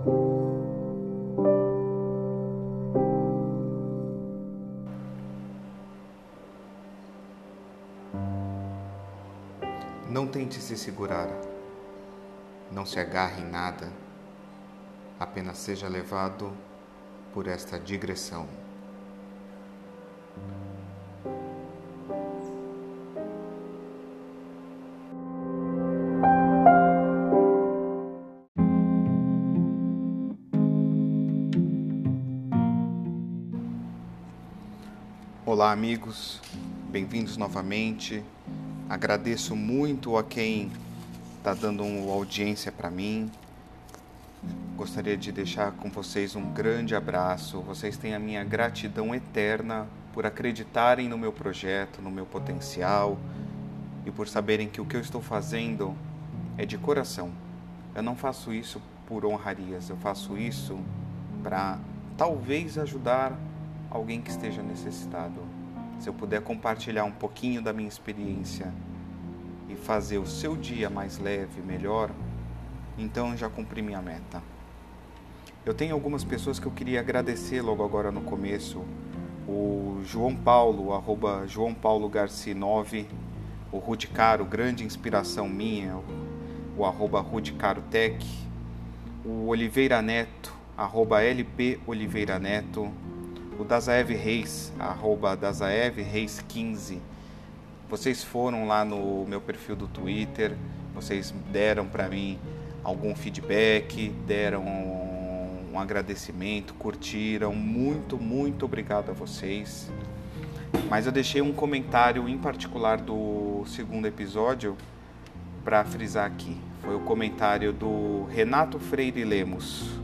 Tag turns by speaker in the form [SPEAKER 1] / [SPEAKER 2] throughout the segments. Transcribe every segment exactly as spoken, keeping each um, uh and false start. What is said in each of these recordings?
[SPEAKER 1] Não tente se segurar, não se agarre em nada, apenas seja levado por esta digressão. Olá, amigos, bem-vindos novamente. Agradeço muito a quem está dando uma audiência para mim. Gostaria de deixar com vocês um grande abraço. Vocês têm a minha gratidão eterna por acreditarem no meu projeto, no meu potencial e por saberem que o que eu estou fazendo é de coração. Eu não faço isso por honrarias, eu faço isso para talvez ajudar alguém que esteja necessitado. Se eu puder compartilhar um pouquinho da minha experiência e fazer o seu dia mais leve, melhor, então eu já cumpri minha meta. Eu tenho algumas pessoas que eu queria agradecer logo agora no começo. O João Paulo, arroba João Paulo Garci nove, o Rudicaro, grande inspiração minha, o arroba Rudicarotech, o Oliveira Neto, arroba L P Oliveira Neto, o Dazaev Reis, arroba Dazaev Reis quinze. Vocês foram lá no meu perfil do Twitter, vocês deram para mim algum feedback, deram um agradecimento, curtiram, muito, muito obrigado a vocês. Mas eu deixei um comentário em particular do segundo episódio para frisar aqui. Foi o comentário do Renato Freire Lemos,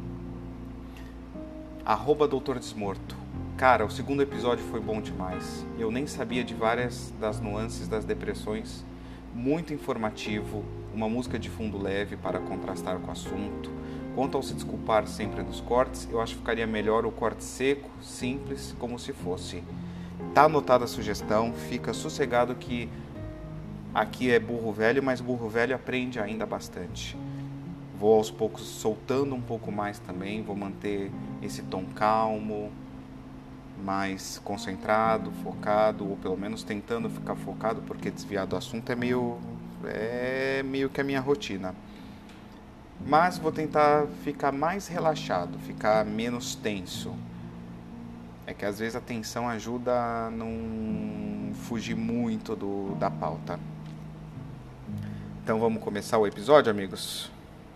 [SPEAKER 1] arroba Doutor Desmorto. Cara, o segundo episódio foi bom demais. Eu nem sabia de várias das nuances das depressões. Muito informativo, uma música de fundo leve para contrastar com o assunto. Quanto ao se desculpar sempre nos cortes, eu acho que ficaria melhor o corte seco, simples, como se fosse. Tá anotada a sugestão, fica sossegado que aqui é burro velho, mas burro velho aprende ainda bastante. Vou aos poucos soltando um pouco mais também, vou manter esse tom calmo, mais concentrado, focado, ou pelo menos tentando ficar focado, porque desviar do assunto é meio, é meio que a minha rotina. Mas vou tentar ficar mais relaxado, ficar menos tenso. É que às vezes a tensão ajuda a não fugir muito do, da pauta. Então vamos começar o episódio, amigos?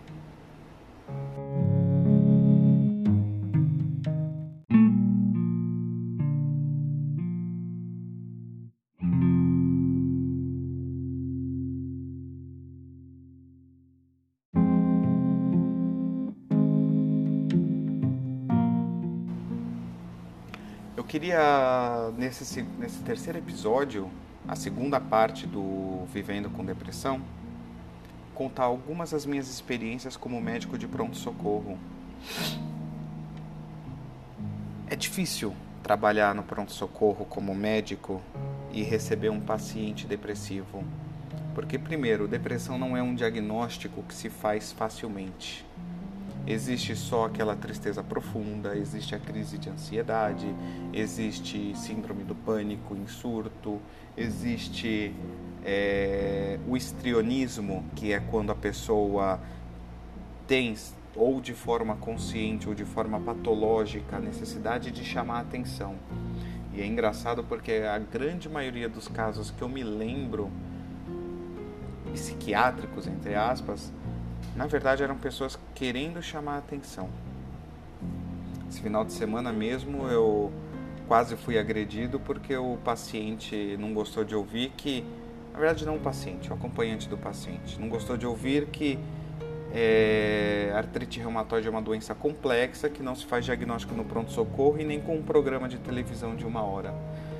[SPEAKER 1] Eu queria, nesse, nesse terceiro episódio, a segunda parte do Vivendo com Depressão, contar algumas das minhas experiências como médico de pronto-socorro. É difícil trabalhar no pronto-socorro como médico e receber um paciente depressivo, porque, primeiro, depressão não é um diagnóstico que se faz facilmente. Existe só aquela tristeza profunda, existe a crise de ansiedade, existe síndrome do pânico em surto, existe é, o histrionismo, que é quando a pessoa tem, ou de forma consciente ou de forma patológica, a necessidade de chamar a atenção. E é engraçado porque a grande maioria dos casos que eu me lembro, psiquiátricos, entre aspas, na verdade eram pessoas querendo chamar a atenção. Esse final de semana mesmo eu quase fui agredido porque o paciente não gostou de ouvir que, na verdade não o paciente, o acompanhante do paciente, não gostou de ouvir que é, artrite reumatoide é uma doença complexa que não se faz diagnóstico no pronto-socorro e nem com um programa de televisão de uma hora.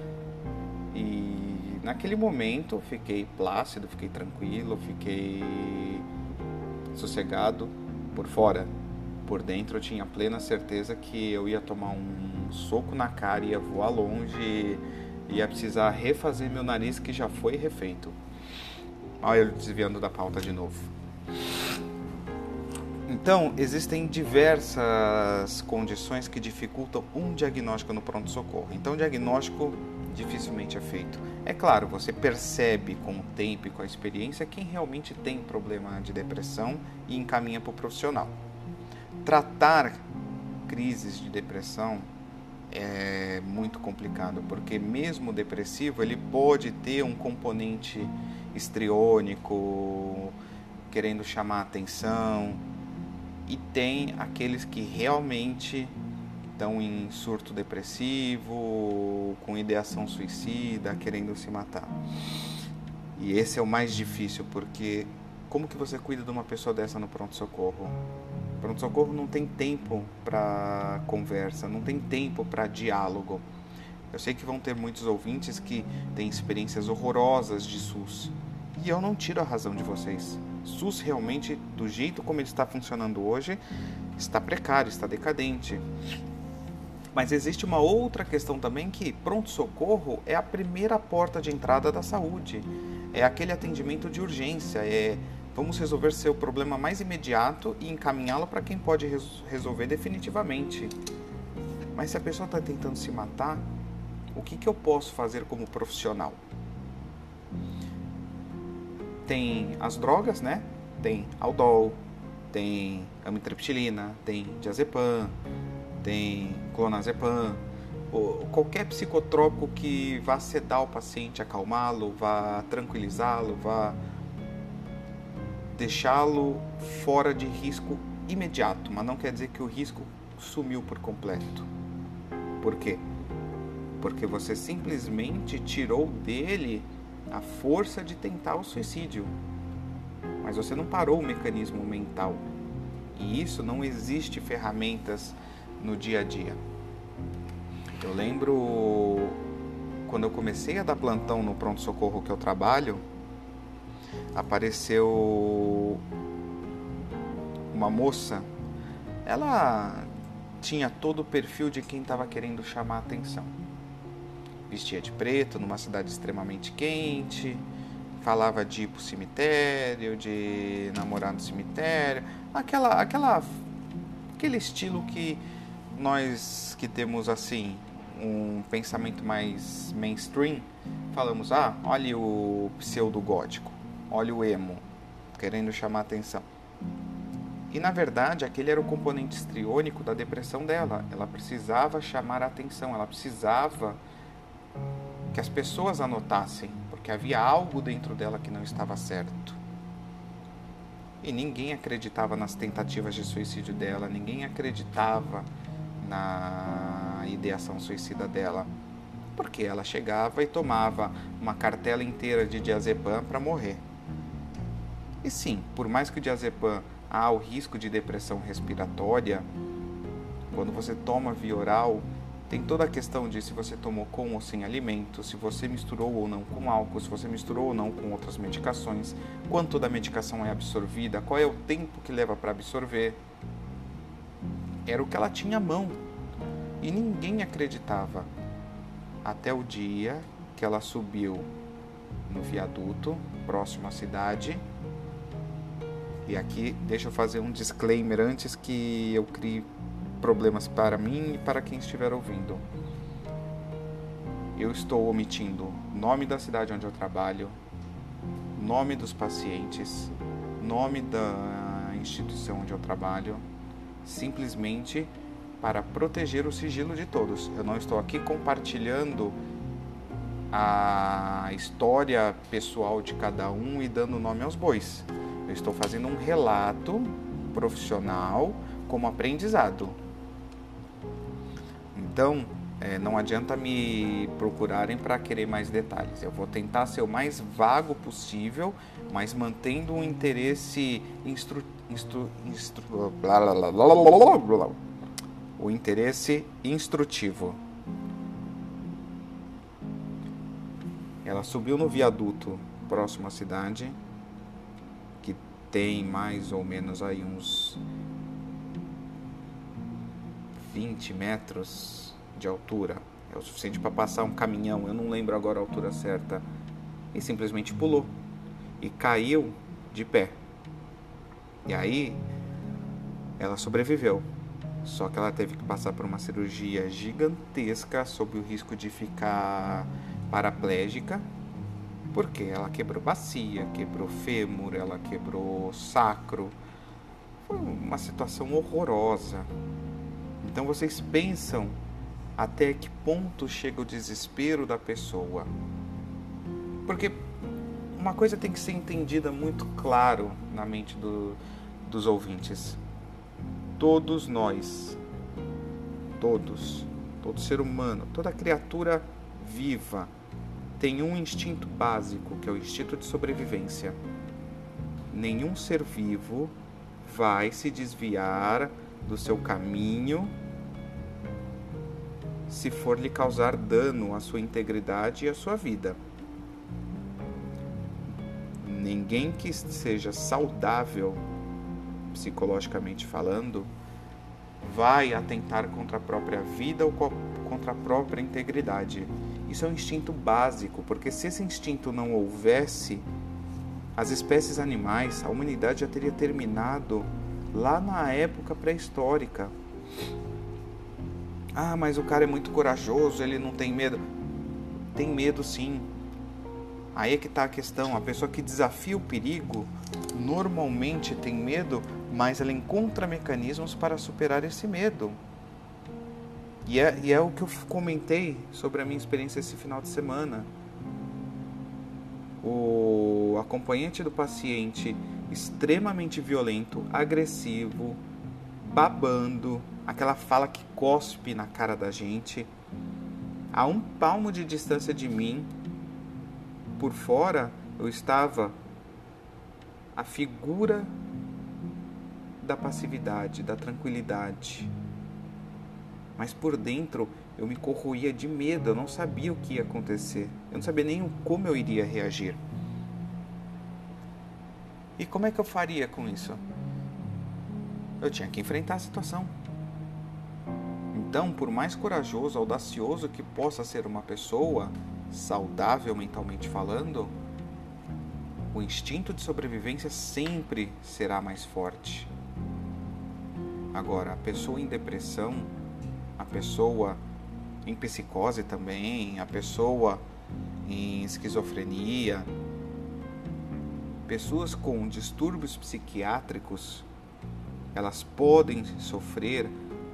[SPEAKER 1] E naquele momento fiquei plácido, fiquei tranquilo, fiquei sossegado por fora. Por dentro eu tinha plena certeza que eu ia tomar um soco na cara, ia voar longe e ia precisar refazer meu nariz que já foi refeito. Olha eu desviando da pauta de novo. Então, existem diversas condições que dificultam um diagnóstico no pronto-socorro. Então, o diagnóstico dificilmente é feito. É claro, você percebe com o tempo e com a experiência quem realmente tem problema de depressão e encaminha para o profissional. Tratar crises de depressão é muito complicado, porque mesmo o depressivo, ele pode ter um componente histriônico, querendo chamar a atenção, e tem aqueles que realmente estão em surto depressivo, com ideação suicida, querendo se matar. E esse é o mais difícil, porque como que você cuida de uma pessoa dessa no pronto-socorro? Pronto-socorro não tem tempo para conversa, não tem tempo para diálogo. Eu sei que vão ter muitos ouvintes que têm experiências horrorosas de SUS. E eu não tiro a razão de vocês. SUS realmente, do jeito como ele está funcionando hoje, está precário, está decadente. Mas existe uma outra questão também, que pronto-socorro é a primeira porta de entrada da saúde. É aquele atendimento de urgência, é vamos resolver seu problema mais imediato e encaminhá-lo para quem pode resolver definitivamente. Mas se a pessoa está tentando se matar, o que, que eu posso fazer como profissional? Tem as drogas, né? Tem Aldol, tem amitriptilina, tem diazepam, tem clonazepam, qualquer psicotrópico que vá sedar o paciente, acalmá-lo, vá tranquilizá-lo, vá deixá-lo fora de risco imediato, mas não quer dizer que o risco sumiu por completo. Por quê? Porque você simplesmente tirou dele a força de tentar o suicídio, mas você não parou o mecanismo mental. E isso não existe ferramentas no dia a dia. Eu lembro quando eu comecei a dar plantão no pronto-socorro que eu trabalho, apareceu uma moça. Ela tinha todo o perfil de quem estava querendo chamar a atenção. Vestia de preto, numa cidade extremamente quente, falava de ir pro cemitério, de namorar no cemitério, aquela, aquela, aquele estilo que nós que temos assim um pensamento mais mainstream, falamos, ah, olha o pseudo-gótico, olha o emo, querendo chamar a atenção. E na verdade aquele era o componente histriônico da depressão dela. Ela precisava chamar a atenção, ela precisava que as pessoas a notassem, porque havia algo dentro dela que não estava certo. E ninguém acreditava nas tentativas de suicídio dela, ninguém acreditava na ideação suicida dela, porque ela chegava e tomava uma cartela inteira de diazepam para morrer. E sim, por mais que o diazepam há o risco de depressão respiratória, quando você toma via oral, tem toda a questão de se você tomou com ou sem alimento, se você misturou ou não com álcool, se você misturou ou não com outras medicações, quanto da medicação é absorvida, qual é o tempo que leva para absorver. Era o que ela tinha à mão e ninguém acreditava, até o dia que ela subiu no viaduto próximo à cidade. E aqui deixa eu fazer um disclaimer antes que eu crie problemas para mim e para quem estiver ouvindo. Eu estou omitindo nome da cidade onde eu trabalho, nome dos pacientes, nome da instituição onde eu trabalho, simplesmente para proteger o sigilo de todos. Eu não estou aqui compartilhando a história pessoal de cada um e dando nome aos bois. Eu estou fazendo um relato profissional como aprendizado. Então, é, não adianta me procurarem para querer mais detalhes. Eu vou tentar ser o mais vago possível, mas mantendo um interesse instru, instru, instru, blá, blá, blá, blá, blá, blá, o interesse instrutivo. Ela subiu no viaduto próximo à cidade, que tem mais ou menos aí uns vinte metros de altura. É o suficiente para passar um caminhão, eu não lembro agora a altura certa. E simplesmente pulou e caiu de pé. E aí Ela sobreviveu, só que ela teve que passar por uma cirurgia gigantesca sob o risco de ficar paraplégica, porque ela quebrou bacia, quebrou fêmur, ela quebrou sacro. Foi uma situação horrorosa. Então vocês pensam até que ponto chega o desespero da pessoa. Porque uma coisa tem que ser entendida muito claro na mente do, dos ouvintes. Todos nós, todos, todo ser humano, toda criatura viva tem um instinto básico, que é o instinto de sobrevivência. Nenhum ser vivo vai se desviar do seu caminho se for lhe causar dano à sua integridade e à sua vida. Ninguém que seja saudável, psicologicamente falando, vai atentar contra a própria vida ou contra a própria integridade. Isso é um instinto básico, porque se esse instinto não houvesse, as espécies animais, a humanidade já teria terminado lá na época pré-histórica. Ah, mas o cara é muito corajoso, ele não tem medo. Tem medo sim. Aí é que está a questão. A pessoa que desafia o perigo normalmente tem medo, mas ela encontra mecanismos para superar esse medo. E é, e é o que eu comentei sobre a minha experiência esse final de semana. O acompanhante do paciente extremamente violento, agressivo, babando, aquela fala que cospe na cara da gente, a um palmo de distância de mim. Por fora eu estava a figura da passividade, da tranquilidade, mas por dentro eu me corroía de medo. Eu não sabia o que ia acontecer, eu não sabia nem como eu iria reagir. E como é que eu faria com isso? Eu tinha que enfrentar a situação. Então, por mais corajoso, audacioso que possa ser uma pessoa, saudável mentalmente falando, o instinto de sobrevivência sempre será mais forte. Agora, a pessoa em depressão, a pessoa em psicose também, a pessoa em esquizofrenia, pessoas com distúrbios psiquiátricos, elas podem sofrer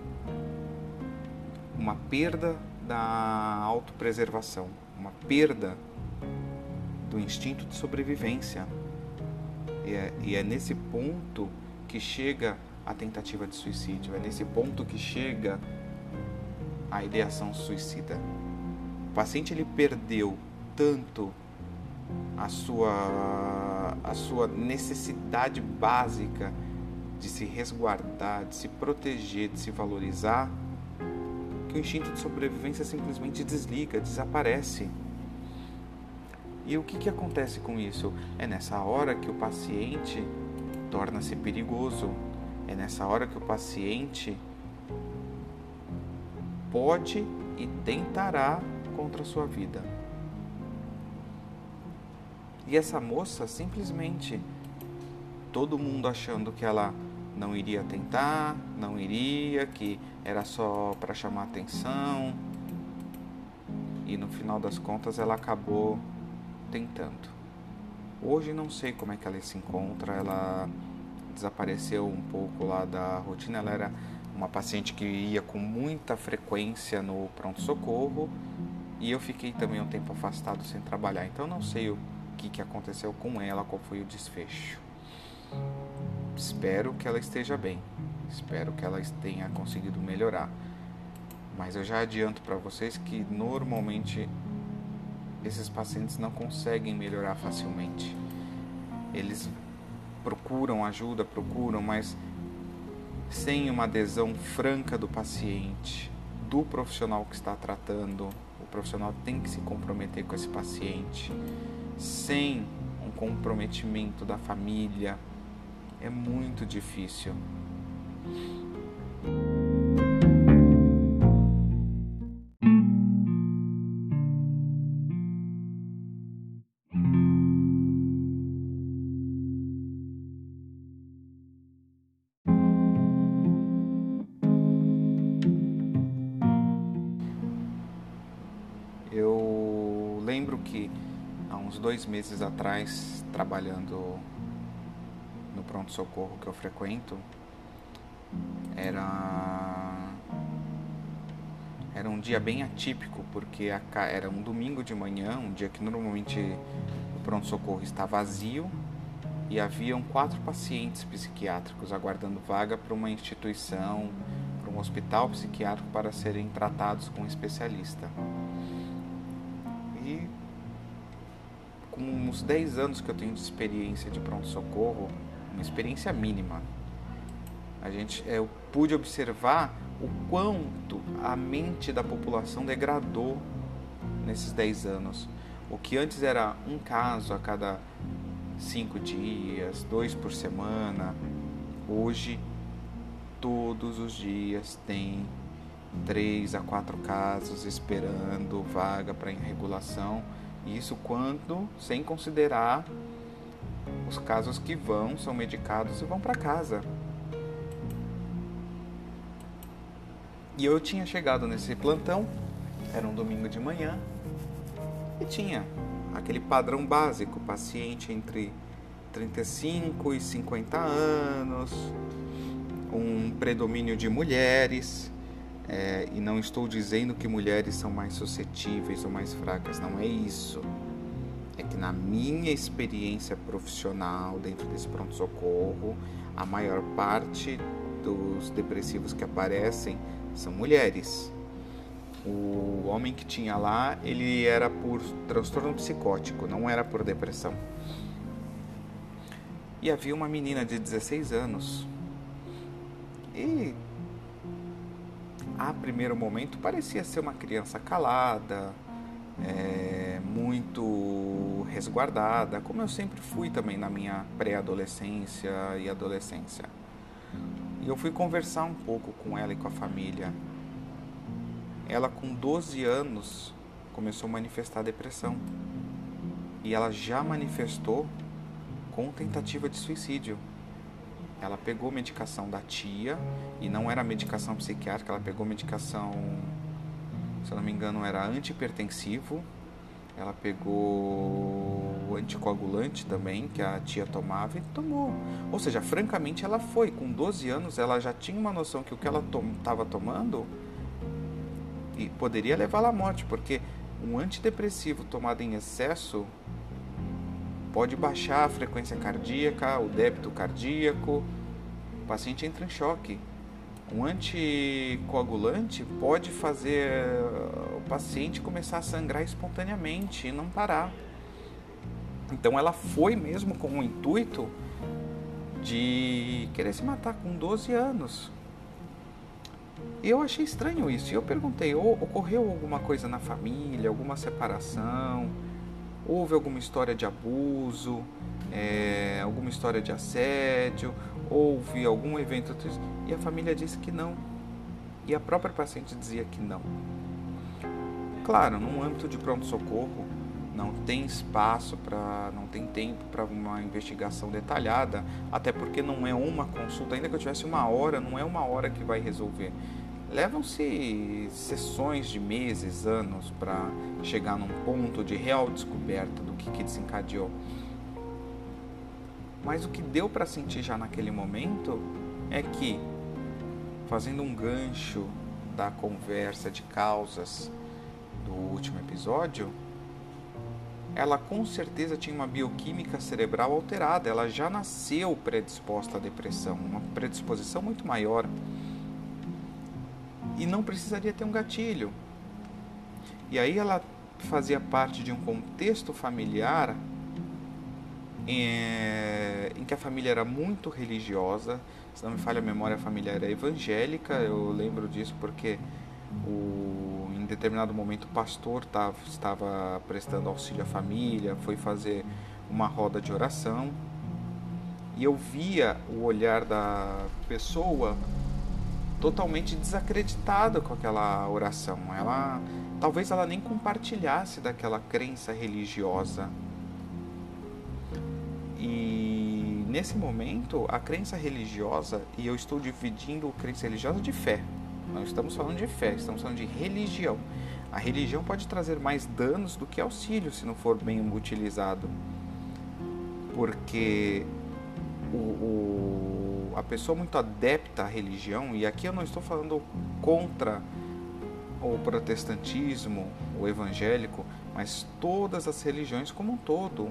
[SPEAKER 1] uma perda da autopreservação, uma perda do instinto de sobrevivência. E é, e é nesse ponto que chega a tentativa de suicídio, é nesse ponto que chega a ideação suicida. O paciente ele perdeu tanto a sua, a sua necessidade básica de se resguardar, de se proteger, de se valorizar, que o instinto de sobrevivência simplesmente desliga, desaparece. E o que, que acontece com isso? É nessa hora que o paciente torna-se perigoso. É nessa hora que o paciente pode e tentará contra a sua vida. E essa moça simplesmente, todo mundo achando que ela não iria tentar, não iria, que era só para chamar atenção. E no final das contas ela acabou tentando. Hoje não sei como é que ela se encontra, ela desapareceu um pouco lá da rotina. Ela era uma paciente que ia com muita frequência no pronto-socorro e eu fiquei também um tempo afastado sem trabalhar, então não sei o que, que aconteceu com ela, qual foi o desfecho. Espero que ela esteja bem, espero que ela tenha conseguido melhorar, mas eu já adianto para vocês que normalmente esses pacientes não conseguem melhorar facilmente. Eles procuram ajuda, procuram, mas sem uma adesão franca do paciente, do profissional que está tratando. O profissional tem que se comprometer com esse paciente. Sem um comprometimento da família, é muito difícil. lembro que há uns dois meses atrás, trabalhando no pronto-socorro que eu frequento, era, era um dia bem atípico, porque era um domingo de manhã, um dia que normalmente o pronto-socorro está vazio, e haviam quatro pacientes psiquiátricos aguardando vaga para uma instituição, para um hospital psiquiátrico para serem tratados com um especialista. E com uns dez anos que eu tenho de experiência de pronto-socorro, uma experiência mínima, a gente, eu pude observar o quanto a mente da população degradou nesses dez anos. O que antes era um caso a cada cinco dias, dois por semana, hoje todos os dias tem três a quatro casos esperando vaga para regulação. Isso quando, sem considerar os casos que vão, são medicados e vão para casa. E eu tinha chegado nesse plantão, era um domingo de manhã, e tinha aquele padrão básico, paciente entre trinta e cinco e cinquenta anos, um predomínio de mulheres, é, e não estou dizendo que mulheres são mais suscetíveis ou mais fracas, não é isso. É que na minha experiência profissional dentro desse pronto-socorro, a maior parte dos depressivos que aparecem são mulheres. O homem que tinha lá, ele era por transtorno psicótico, não era por depressão. E havia uma menina de dezesseis anos. E, a primeiro momento, parecia ser uma criança calada, é, muito resguardada, como eu sempre fui também na minha pré-adolescência e adolescência. E eu fui conversar um pouco com ela e com a família. Ela, com doze anos, começou a manifestar depressão. E ela já manifestou com tentativa de suicídio. Ela pegou medicação da tia, e não era medicação psiquiátrica, ela pegou medicação, se eu não me engano, era antihipertensivo. Ela pegou o anticoagulante também, que a tia tomava, e tomou. Ou seja, francamente, ela foi. Com doze anos, ela já tinha uma noção que o que ela estava to- tomando e poderia levá-la à morte, porque um antidepressivo tomado em excesso pode baixar a frequência cardíaca, o débito cardíaco, o paciente entra em choque. Um anticoagulante pode fazer o paciente começar a sangrar espontaneamente e não parar. Então ela foi mesmo com o intuito de querer se matar com doze anos. E eu achei estranho isso. E eu perguntei, ocorreu alguma coisa na família, alguma separação? Houve alguma história de abuso? É, alguma história de assédio? Houve algum evento? E a família disse que não. E a própria paciente dizia que não. Claro, num âmbito de pronto-socorro, não tem espaço para, não tem tempo para uma investigação detalhada, até porque não é uma consulta, ainda que eu tivesse uma hora, não é uma hora que vai resolver. Levam-se sessões de meses, anos, para chegar num ponto de real descoberta do que, que desencadeou. Mas o que deu para sentir já naquele momento é que, fazendo um gancho da conversa de causas do último episódio, ela com certeza tinha uma bioquímica cerebral alterada, ela já nasceu predisposta à depressão, uma predisposição muito maior. E não precisaria ter um gatilho. E aí ela fazia parte de um contexto familiar em, em que a família era muito religiosa. Se não me falha a memória, a família era evangélica. Eu lembro disso porque o, em determinado momento o pastor tava, estava prestando auxílio à família, foi fazer uma roda de oração. E eu via o olhar da pessoa totalmente desacreditada com aquela oração. Ela, talvez ela nem compartilhasse daquela crença religiosa. E nesse momento, a crença religiosa, e eu estou dividindo a crença religiosa de fé. Não estamos falando de fé, estamos falando de religião. A religião pode trazer mais danos do que auxílio se não for bem utilizado. Porque o, o, a pessoa muito adepta à religião, e aqui eu não estou falando contra o protestantismo, o evangélico, mas todas as religiões como um todo.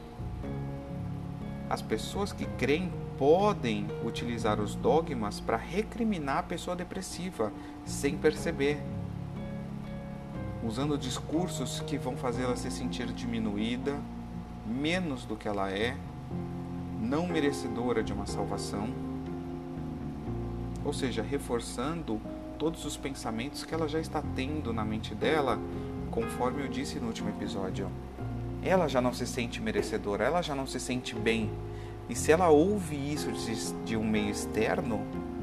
[SPEAKER 1] As pessoas que creem podem utilizar os dogmas para recriminar a pessoa depressiva sem perceber, usando discursos que vão fazê-la se sentir diminuída, menos do que ela é, não merecedora de uma salvação, ou seja, reforçando todos os pensamentos que ela já está tendo na mente dela, conforme eu disse no último episódio. Ela já não se sente merecedora, ela já não se sente bem. E se ela ouve isso de, de um meio externo,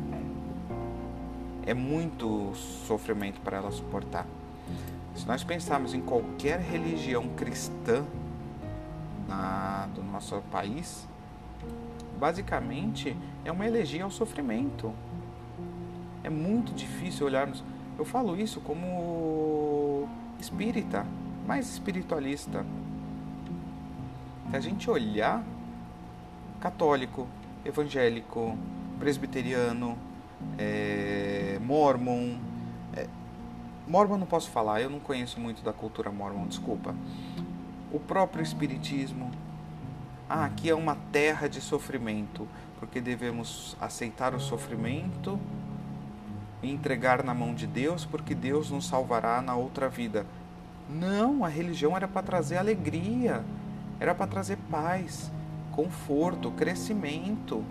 [SPEAKER 1] é muito sofrimento para ela suportar. Se nós pensarmos em qualquer religião cristã na, do nosso país, basicamente é uma elegia ao sofrimento. É muito difícil olharmos... Eu falo isso como espírita, mais espiritualista. Se a gente olhar católico, evangélico, presbiteriano, é, mormon... É, mormon não posso falar, eu não conheço muito da cultura mormon, desculpa. O próprio espiritismo. Ah, aqui é uma terra de sofrimento, porque devemos aceitar o sofrimento e entregar na mão de Deus, porque Deus nos salvará na outra vida. Não, a religião era para trazer alegria, era para trazer paz, conforto, crescimento.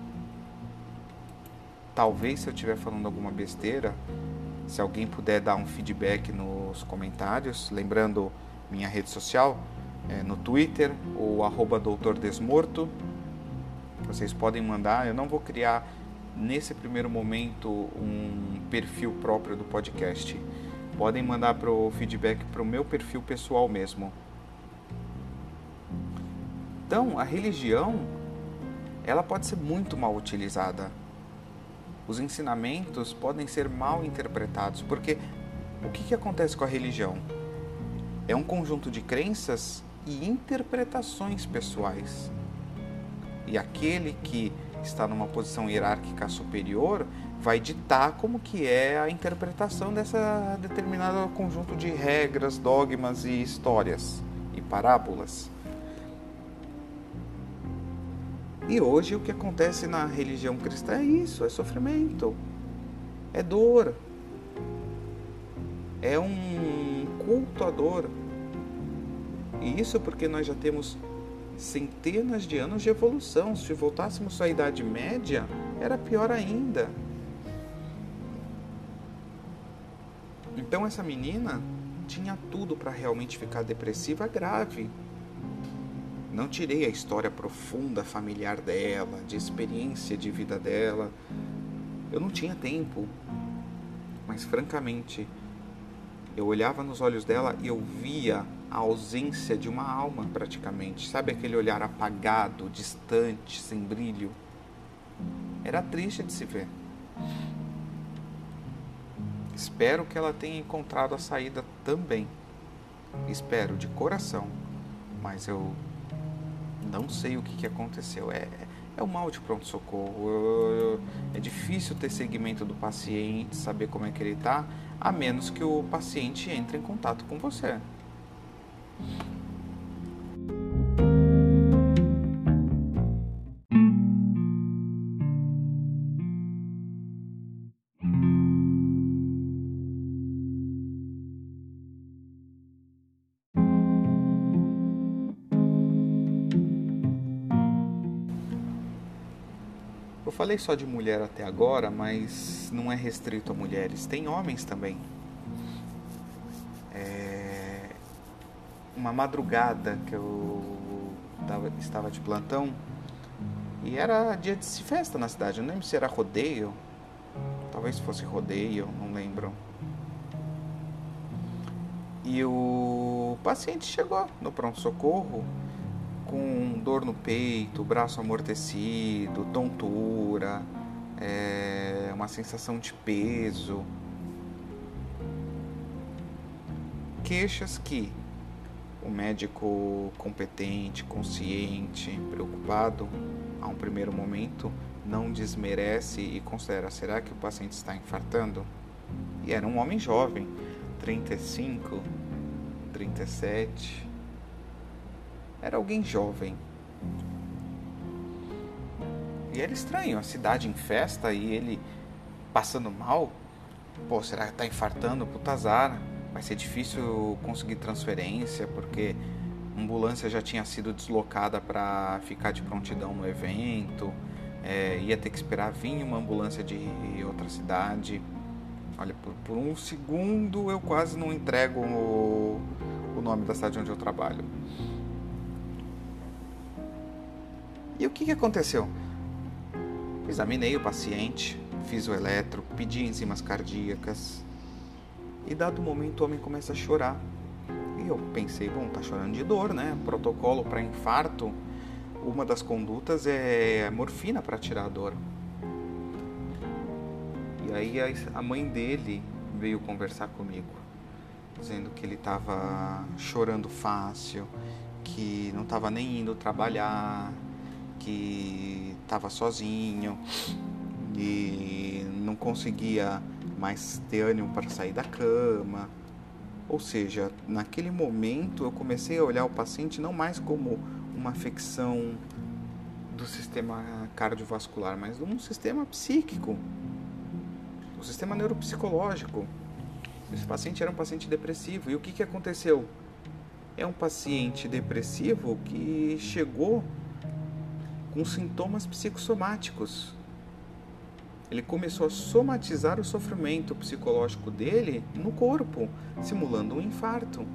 [SPEAKER 1] Talvez, se eu estiver falando alguma besteira, se alguém puder dar um feedback nos comentários, lembrando minha rede social, é, no Twitter, ou arroba doutor Desmorto, vocês podem mandar. Eu não vou criar nesse primeiro momento um perfil próprio do podcast. Podem mandar para o feedback para o meu perfil pessoal mesmo. Então, a religião, ela pode ser muito mal utilizada. Os ensinamentos podem ser mal interpretados, porque o que, que acontece com a religião? É um conjunto de crenças e interpretações pessoais. E aquele que está numa posição hierárquica superior vai ditar como que é a interpretação dessa determinado conjunto de regras, dogmas e histórias e parábolas. E hoje o que acontece na religião cristã é isso, é sofrimento, é dor, é um culto à dor. E isso porque nós já temos centenas de anos de evolução. Se voltássemos à Idade Média, era pior ainda. Então essa menina tinha tudo para realmente ficar depressiva grave. Não tirei a história profunda familiar dela, de experiência de vida dela. Eu não tinha tempo. Mas francamente, eu olhava nos olhos dela e eu via a ausência de uma alma praticamente. Sabe aquele olhar apagado, distante, sem brilho? Era triste de se ver. Espero que ela tenha encontrado a saída também. Espero de coração. Mas eu não sei o que, que aconteceu. É, é o mal de pronto-socorro. É difícil ter segmento do paciente, saber como é que ele está, a menos que o paciente entre em contato com você. Eu falei só de mulher até agora, mas não é restrito a mulheres, tem homens também. É... Uma madrugada que eu estava de plantão e era dia de festa na cidade, eu não lembro se era rodeio, talvez fosse rodeio, não lembro. E o paciente chegou no pronto-socorro com dor no peito, braço amortecido, tontura, é, uma sensação de peso. queixas que o médico competente, consciente, preocupado, a um primeiro momento, não desmerece e considera: será que o paciente está infartando? E era um homem jovem, trinta e cinco, trinta e sete. Era alguém jovem. E era estranho, a cidade em festa e ele passando mal. Pô, será que tá infartando? Puta azar. Vai ser difícil conseguir transferência, porque a ambulância já tinha sido deslocada para ficar de prontidão no evento. É, ia ter que esperar vir uma ambulância de outra cidade. Olha, por, por um segundo eu quase não entrego o, o nome da cidade onde eu trabalho. E o que, que aconteceu? Examinei o paciente, fiz o eletro, pedi enzimas cardíacas. E dado o momento o homem começa a chorar. E eu pensei, bom, tá chorando de dor, né? Protocolo para infarto, uma das condutas é morfina para tirar a dor. E aí a mãe dele veio conversar comigo, dizendo que ele estava chorando fácil, que não estava nem indo trabalhar, que estava sozinho e não conseguia mais ter ânimo para sair da cama. Ou seja, naquele momento eu comecei a olhar o paciente não mais como uma afecção do sistema cardiovascular, mas de um sistema psíquico, o sistema neuropsicológico. Esse paciente era um paciente depressivo. E o que, que aconteceu? É um paciente depressivo que chegou com sintomas psicossomáticos. Ele começou a somatizar o sofrimento psicológico dele no corpo, simulando um infarto.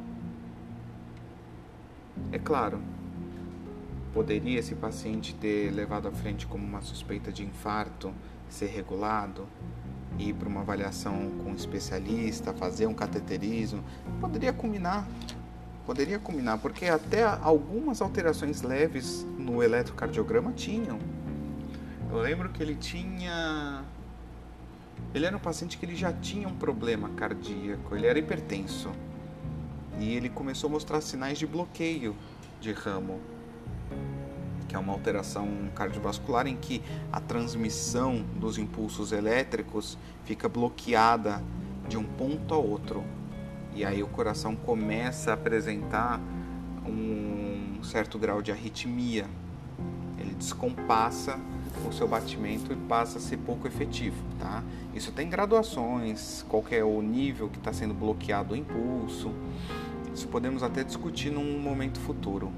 [SPEAKER 1] É claro, poderia esse paciente ter levado à frente como uma suspeita de infarto, ser regulado, ir para uma avaliação com um especialista, fazer um cateterismo. Poderia culminar, poderia culminar, porque até algumas alterações leves no eletrocardiograma tinham. Eu lembro que ele tinha... Ele era um paciente que ele já tinha um problema cardíaco, ele era hipertenso. E ele começou a mostrar sinais de bloqueio de ramo, que é uma alteração cardiovascular em que a transmissão dos impulsos elétricos fica bloqueada de um ponto a outro. E aí o coração começa a apresentar um certo grau de arritmia. Ele descompassa o seu batimento e passa a ser pouco efetivo, tá? Isso tem graduações, qual que é o nível que está sendo bloqueado o impulso. Isso podemos até discutir num momento futuro.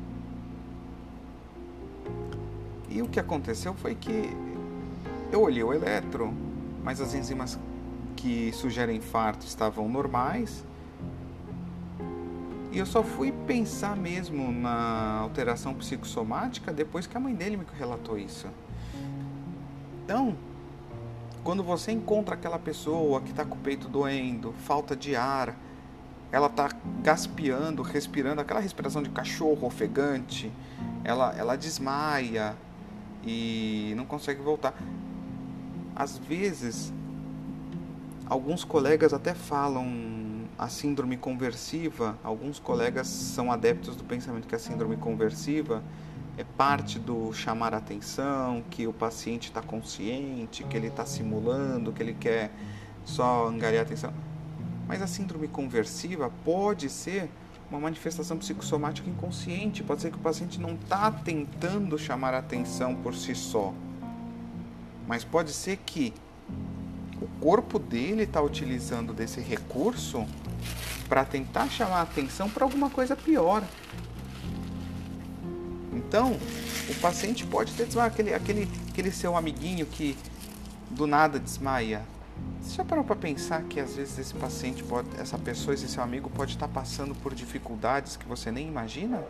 [SPEAKER 1] E o que aconteceu foi que eu olhei o eletro, mas as enzimas que sugerem infarto estavam normais. E eu só fui pensar mesmo na alteração psicossomática depois que a mãe dele me relatou isso. Então, quando você encontra aquela pessoa que está com o peito doendo, falta de ar, ela está gaspeando, respirando, aquela respiração de cachorro ofegante, ela, ela desmaia e não consegue voltar. Às vezes, alguns colegas até falam a síndrome conversiva, alguns colegas são adeptos do pensamento que a síndrome conversiva é parte do chamar a atenção, que o paciente está consciente, que ele está simulando, que ele quer só angariar a atenção. Mas a síndrome conversiva pode ser uma manifestação psicossomática inconsciente, pode ser que o paciente não está tentando chamar a atenção por si só, mas pode ser que o corpo dele está utilizando desse recurso para tentar chamar a atenção para alguma coisa pior. Então, o paciente pode ter desmaiado, aquele, aquele, aquele seu amiguinho que do nada desmaia. Você já parou para pensar que às vezes esse paciente, pode, essa pessoa, esse seu amigo pode estar passando por dificuldades que você nem imagina?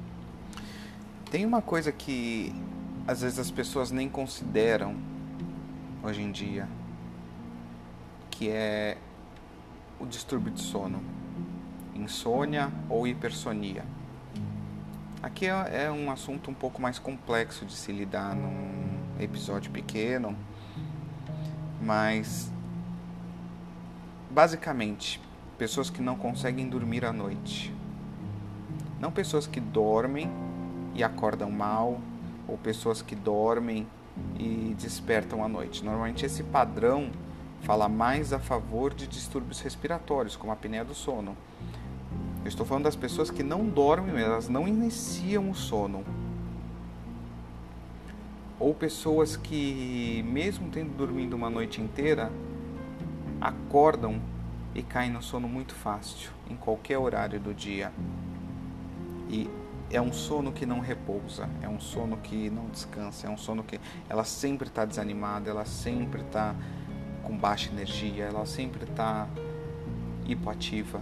[SPEAKER 1] Tem uma coisa que às vezes as pessoas nem consideram hoje em dia, que é o distúrbio de sono, insônia ou hipersonia. Aqui é, é um assunto um pouco mais complexo de se lidar num episódio pequeno, mas basicamente, pessoas que não conseguem dormir à noite. Não pessoas que dormem e acordam mal, ou pessoas que dormem e despertam à noite. Normalmente esse padrão fala mais a favor de distúrbios respiratórios, como a apneia do sono. Eu estou falando das pessoas que não dormem, elas não iniciam o sono. Ou pessoas que, mesmo tendo dormido uma noite inteira, acordam e caem no sono muito fácil, em qualquer horário do dia. E é um sono que não repousa, é um sono que não descansa, é um sono que ela sempre está desanimada, ela sempre está com baixa energia, ela sempre está hipoativa.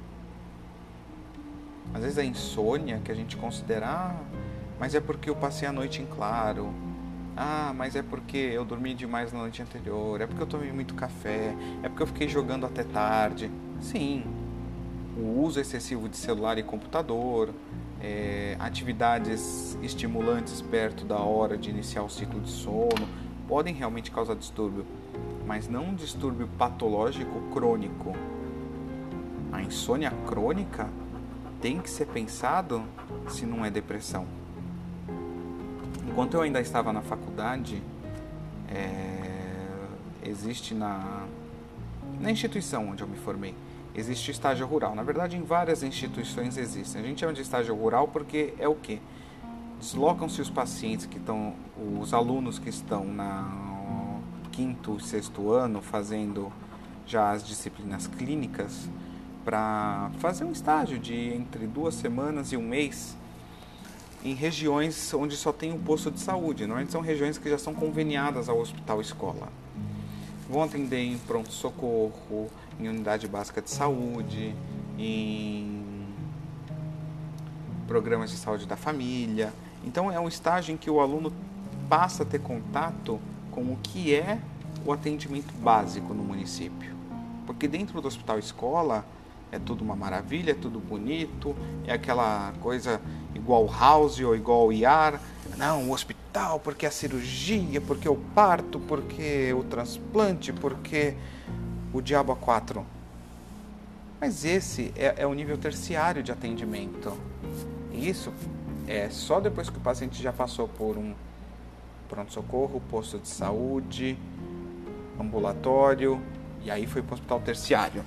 [SPEAKER 1] Às vezes a insônia que a gente considera, ah, mas é porque eu passei a noite em claro, ah, mas é porque eu dormi demais na noite anterior, é porque eu tomei muito café, é porque eu fiquei jogando até tarde. Sim, o uso excessivo de celular e computador, é, atividades estimulantes perto da hora de iniciar o ciclo de sono, podem realmente causar distúrbio, mas não um distúrbio patológico crônico. A insônia crônica tem que ser pensado se não é depressão. Enquanto eu ainda estava na faculdade, é, existe na, na instituição onde eu me formei, existe estágio rural. Na verdade, em várias instituições existem. A gente chama de estágio rural porque é o quê? Deslocam-se os pacientes que estão, os alunos que estão no quinto, sexto ano, fazendo já as disciplinas clínicas, para fazer um estágio de entre duas semanas e um mês em regiões onde só tem um posto de saúde. Normalmente são regiões que já são conveniadas ao hospital escola. Vão atender em pronto-socorro, em unidade básica de saúde, em programas de saúde da família. Então é um estágio em que o aluno passa a ter contato com o que é o atendimento básico no município. Porque dentro do hospital escola é tudo uma maravilha, é tudo bonito, é aquela coisa igual house ou igual I A R. Não, o hospital, porque a cirurgia, porque o parto, porque o transplante, porque o diabo a quatro. Mas esse é, é o nível terciário de atendimento. Isso é só depois que o paciente já passou por um pronto-socorro, posto de saúde, ambulatório, e aí foi para o hospital terciário.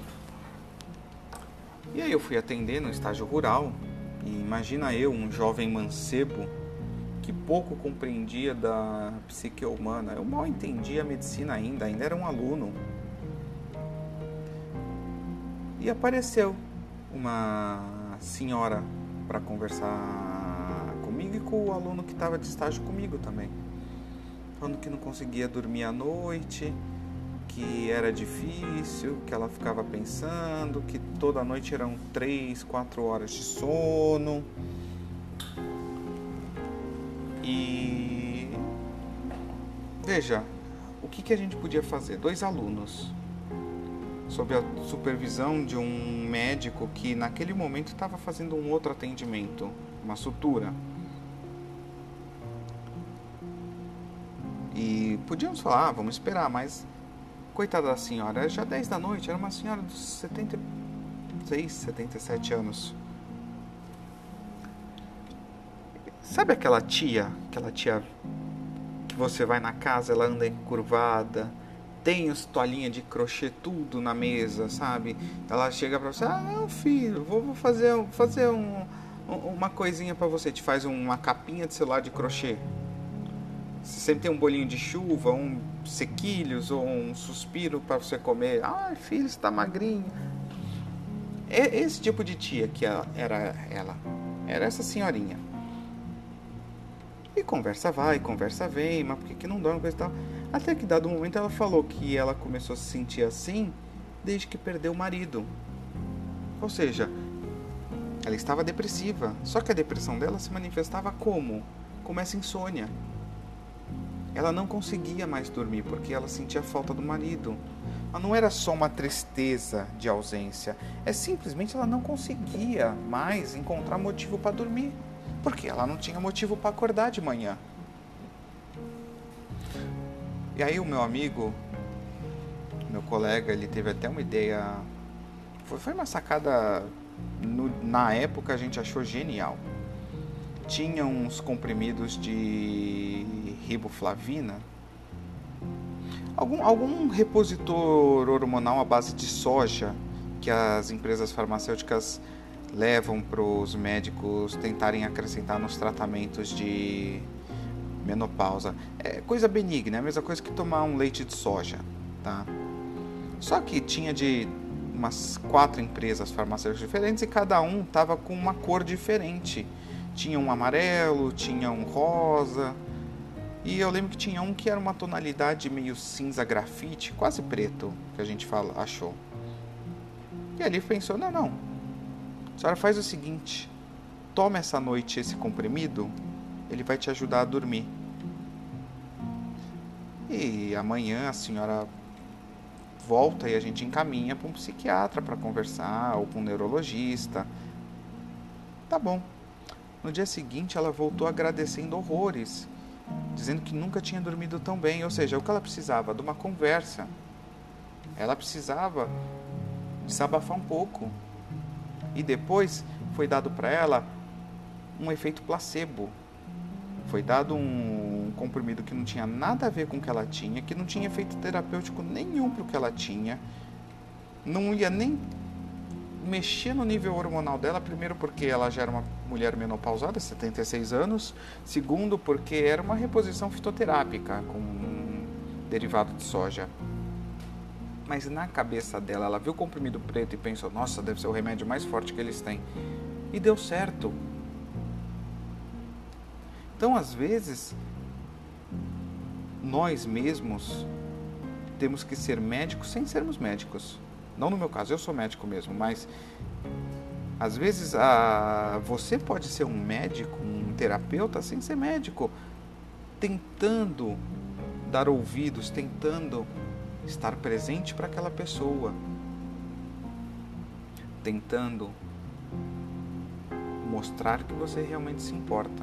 [SPEAKER 1] E aí eu fui atender no estágio rural, e imagina eu, um jovem mancebo, que pouco compreendia da psique humana. Eu mal entendia a medicina ainda, ainda era um aluno. E apareceu uma senhora para conversar comigo e com o aluno que estava de estágio comigo também. Falando que não conseguia dormir à noite, que era difícil, que ela ficava pensando, que toda noite eram três, quatro horas de sono. E veja, o que, que a gente podia fazer? Dois alunos, sob a supervisão de um médico que naquele momento estava fazendo um outro atendimento, uma sutura. E podíamos falar, ah, vamos esperar, mas coitada da senhora, era já dez da noite, era uma senhora dos setenta e seis, setenta e sete anos. Sabe aquela tia, aquela tia que você vai na casa, ela anda encurvada, tem as toalhinhas de crochê tudo na mesa, sabe? Ela chega pra você, ah, não, filho, vou, vou fazer, fazer um, uma coisinha pra você, te faz uma capinha de celular de crochê. Você sempre tem um bolinho de chuva, um sequilhos ou um suspiro para você comer. Ai, filho, você tá magrinho. É esse tipo de tia que era ela. Era essa senhorinha. E conversa vai, conversa vem, mas por que, que não dorme, coisa e tal. Até que dado um momento ela falou que ela começou a se sentir assim desde que perdeu o marido. Ou seja, ela estava depressiva. Só que a depressão dela se manifestava como? Como essa insônia. ela não conseguia mais dormir porque ela sentia falta do marido. Mas não era só uma tristeza de ausência, é simplesmente ela não conseguia mais encontrar motivo para dormir, porque ela não tinha motivo para acordar de manhã. E aí o meu amigo, meu colega, ele teve até uma ideia, foi, foi uma sacada, no, na época a gente achou genial. Tinha uns comprimidos de riboflavina, algum, algum repositor hormonal à base de soja que as empresas farmacêuticas levam para os médicos tentarem acrescentar nos tratamentos de menopausa. É coisa benigna, é a mesma coisa que tomar um leite de soja, tá? Só que tinha de umas quatro empresas farmacêuticas diferentes e cada um tava com uma cor diferente. Tinha um amarelo, tinha um rosa, e eu lembro que tinha um que era uma tonalidade meio cinza grafite, quase preto, que a gente fala, achou. E ali pensou, não, não, a senhora faz o seguinte, toma essa noite esse comprimido, ele vai te ajudar a dormir. E amanhã a senhora volta e a gente encaminha para um psiquiatra para conversar, ou para um neurologista. Tá bom. No dia seguinte ela voltou agradecendo horrores, dizendo que nunca tinha dormido tão bem, ou seja, o que ela precisava de uma conversa. Ela precisava desabafar um pouco. E depois foi dado para ela um efeito placebo. Foi dado um comprimido que não tinha nada a ver com o que ela tinha, que não tinha efeito terapêutico nenhum para o que ela tinha, não ia nem mexer no nível hormonal dela, primeiro porque ela já era uma mulher menopausada, setenta e seis anos, segundo porque era uma reposição fitoterápica com um derivado de soja. Mas na cabeça dela, ela viu o comprimido preto e pensou, nossa, deve ser o remédio mais forte que eles têm. E deu certo. Então, às vezes, nós mesmos temos que ser médicos sem sermos médicos. Não no meu caso, eu sou médico mesmo, mas às vezes a... você pode ser um médico, um terapeuta sem ser médico, tentando dar ouvidos, tentando estar presente para aquela pessoa, tentando mostrar que você realmente se importa.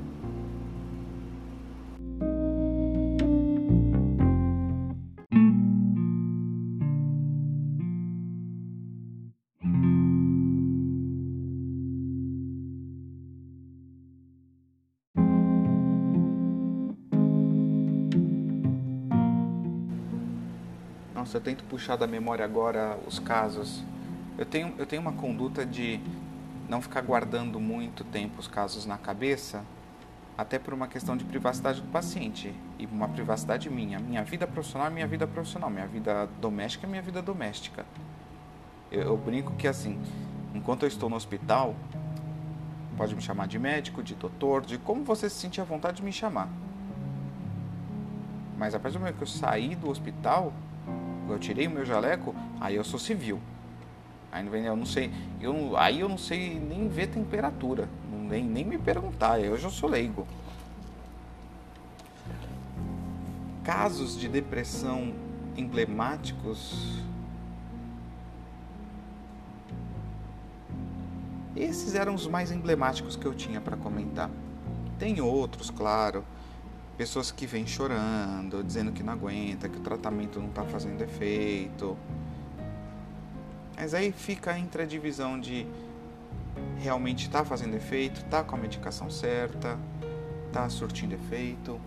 [SPEAKER 1] Nossa, eu tento puxar da memória agora os casos. Eu tenho, eu tenho uma conduta de não ficar guardando muito tempo os casos na cabeça, até por uma questão de privacidade do paciente e uma privacidade minha. Minha vida profissional é minha vida profissional, minha vida doméstica é minha vida doméstica. Eu, eu brinco que assim, enquanto eu estou no hospital, pode me chamar de médico, de doutor, de como você se sentir à vontade de me chamar. Mas a partir do momento que eu saí do hospital, eu tirei o meu jaleco, aí eu sou civil. Aí eu não sei, eu, aí eu não sei nem ver temperatura, nem, nem me perguntar, eu já sou leigo. Casos de depressão emblemáticos, esses eram os mais emblemáticos que eu tinha para comentar. Tem outros, claro. Pessoas que vêm chorando, dizendo que não aguenta, que o tratamento não está fazendo efeito. Mas aí fica entre a divisão de realmente está fazendo efeito, está com a medicação certa, está surtindo efeito.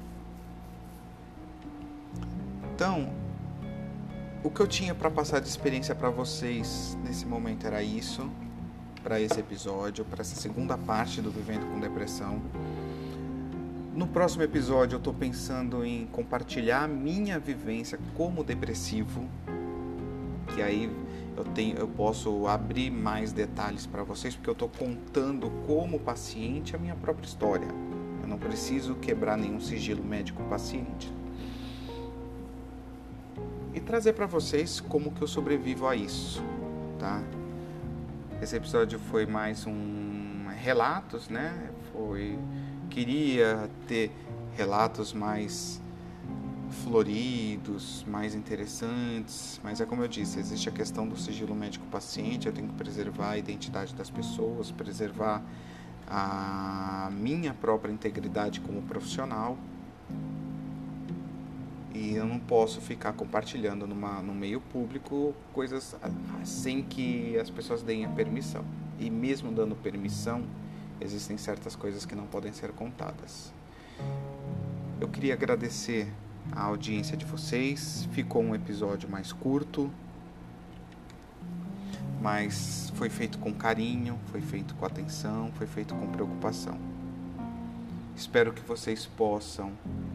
[SPEAKER 1] Então, o que eu tinha para passar de experiência para vocês nesse momento era isso, para esse episódio, para essa segunda parte do Vivendo com Depressão. No próximo episódio eu estou pensando em compartilhar a minha vivência como depressivo, que aí eu, tenho, eu posso abrir mais detalhes para vocês, porque eu estou contando como paciente a minha própria história. Eu não preciso quebrar nenhum sigilo médico-paciente. E trazer para vocês como que eu sobrevivo a isso, tá? Esse episódio foi mais um relatos, né? Foi... Queria ter relatos mais floridos, mais interessantes, mas é como eu disse, existe a questão do sigilo médico-paciente, eu tenho que preservar a identidade das pessoas, preservar a minha própria integridade como profissional, e eu não posso ficar compartilhando numa, no meio público coisas sem que as pessoas deem a permissão, e mesmo dando permissão, existem certas coisas que não podem ser contadas. Eu queria agradecer a audiência de vocês. Ficou um episódio mais curto, mas foi feito com carinho, foi feito com atenção, foi feito com preocupação. Espero que vocês possam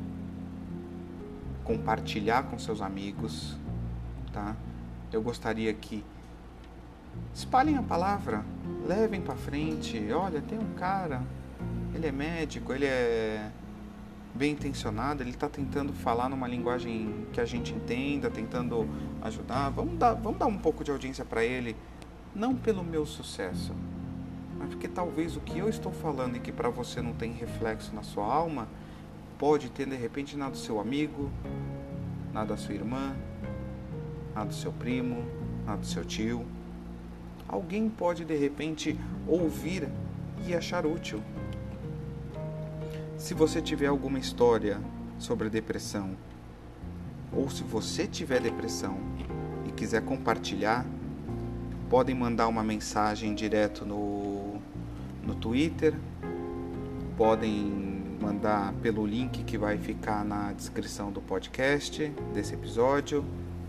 [SPEAKER 1] compartilhar com seus amigos, tá? Eu gostaria que espalhem a palavra, levem para frente. Olha, tem um cara, ele é médico, ele é bem intencionado, ele está tentando falar numa linguagem que a gente entenda, tentando ajudar. Vamos dar, vamos dar um pouco de audiência para ele, não pelo meu sucesso, mas porque talvez o que eu estou falando e que para você não tem reflexo na sua alma, pode ter de repente na do seu amigo, na da sua irmã, na do seu primo, na do seu tio. Alguém pode de repente ouvir e achar útil. Se você tiver alguma história sobre depressão, ou se você tiver depressão e quiser compartilhar, podem mandar uma mensagem direto no, no Twitter, podem mandar pelo link que vai ficar na descrição do podcast, desse episódio.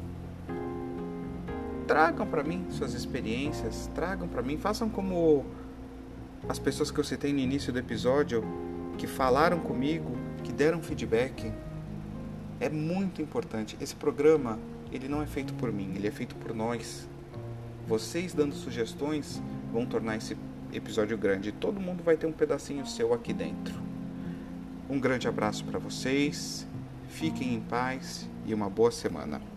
[SPEAKER 1] Tragam para mim suas experiências, tragam para mim, façam como as pessoas que eu citei no início do episódio, que falaram comigo, que deram feedback. É muito importante. Esse programa, ele não é feito por mim, ele é feito por nós. Vocês dando sugestões vão tornar esse episódio grande. Todo mundo vai ter um pedacinho seu aqui dentro. Um grande abraço para vocês, fiquem em paz e uma boa semana.